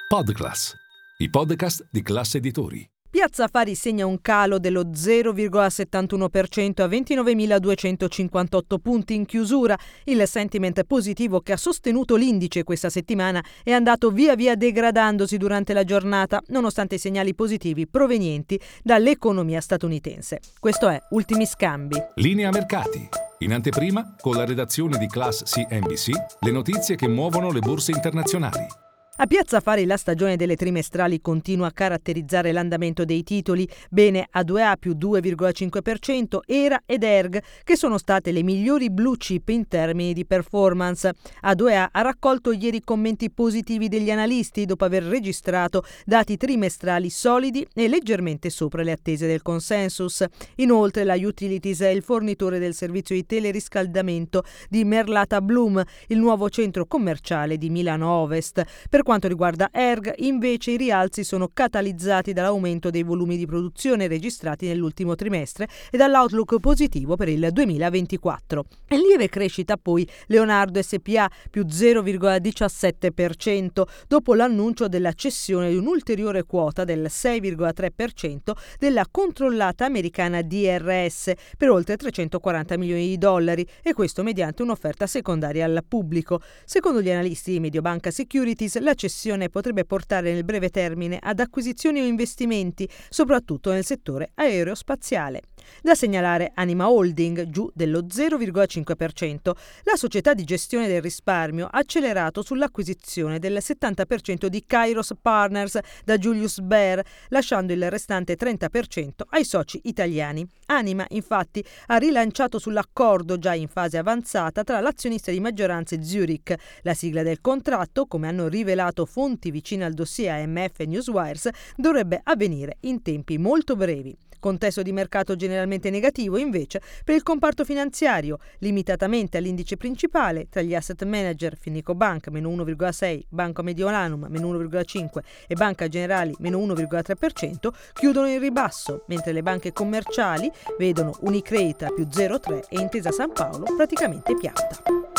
Podclass, i podcast di Class Editori. Piazza Affari segna un calo dello 0,71% a 29.258 punti in chiusura. Il sentiment positivo che ha sostenuto l'indice questa settimana è andato via via degradandosi durante la giornata, nonostante i segnali positivi provenienti dall'economia statunitense. Questo è Ultimi Scambi. Linea mercati. In anteprima, con la redazione di Class CNBC, le notizie che muovono le borse internazionali. A Piazza Affari la stagione delle trimestrali continua a caratterizzare l'andamento dei titoli. Bene A2A più 2,5%, ERA ed ERG, che sono state le migliori blue chip in termini di performance. A2A ha raccolto ieri commenti positivi degli analisti dopo aver registrato dati trimestrali solidi e leggermente sopra le attese del consensus. Inoltre la Utilities è il fornitore del servizio di teleriscaldamento di Merlata Bloom, il nuovo centro commerciale di Milano Ovest. Per quanto riguarda ERG, invece, i rialzi sono catalizzati dall'aumento dei volumi di produzione registrati nell'ultimo trimestre e dall'outlook positivo per il 2024. In lieve crescita poi Leonardo SpA più 0,17% dopo l'annuncio della cessione di un'ulteriore quota del 6,3% della controllata americana DRS per oltre 340 milioni di dollari, e questo mediante un'offerta secondaria al pubblico. Secondo gli analisti di Mediobanca Securities, la cessione potrebbe portare nel breve termine ad acquisizioni o investimenti, soprattutto nel settore aerospaziale. Da segnalare Anima Holding, giù dello 0,5%. La società di gestione del risparmio ha accelerato sull'acquisizione del 70% di Kairos Partners da Julius Baer, lasciando il restante 30% ai soci italiani. Anima, infatti, ha rilanciato sull'accordo già in fase avanzata tra l'azionista di maggioranza Zurich. La sigla del contratto, come hanno rivelato fonti vicine al dossier AMF Newswires, dovrebbe avvenire in tempi molto brevi. Contesto di mercato generalmente negativo, invece, per il comparto finanziario, limitatamente all'indice principale. Tra gli asset manager, Finecobank meno 1,6%, Banco Mediolanum meno 1,5% e Banca Generali meno 1,3% chiudono in ribasso, mentre le banche commerciali vedono Unicredit più 0,3% e Intesa Sanpaolo praticamente piatta.